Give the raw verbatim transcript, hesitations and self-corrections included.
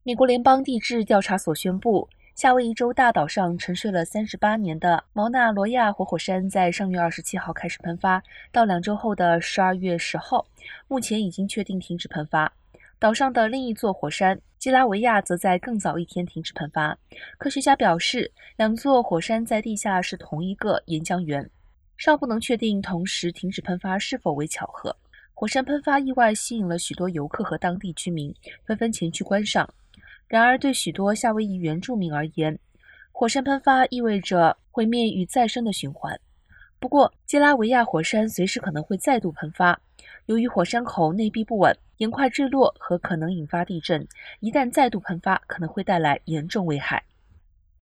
美国联邦地质调查所宣布，夏威夷州大岛上沉睡了三十八年的毛纳罗亚活火山在上月二十七号开始喷发，到两周后的十二月十号，目前已经确定停止喷发。岛上的另一座火山基拉维亚则在更早一天停止喷发。科学家表示，两座火山在地下是同一个岩浆源，尚不能确定同时停止喷发是否为巧合。火山喷发意外吸引了许多游客和当地居民，纷纷前去观赏。然而，对许多夏威夷原住民而言，火山喷发意味着毁灭与再生的循环。不过，基拉维亚火山随时可能会再度喷发，由于火山口内壁不稳、岩块坠落和可能引发地震，一旦再度喷发，可能会带来严重危害。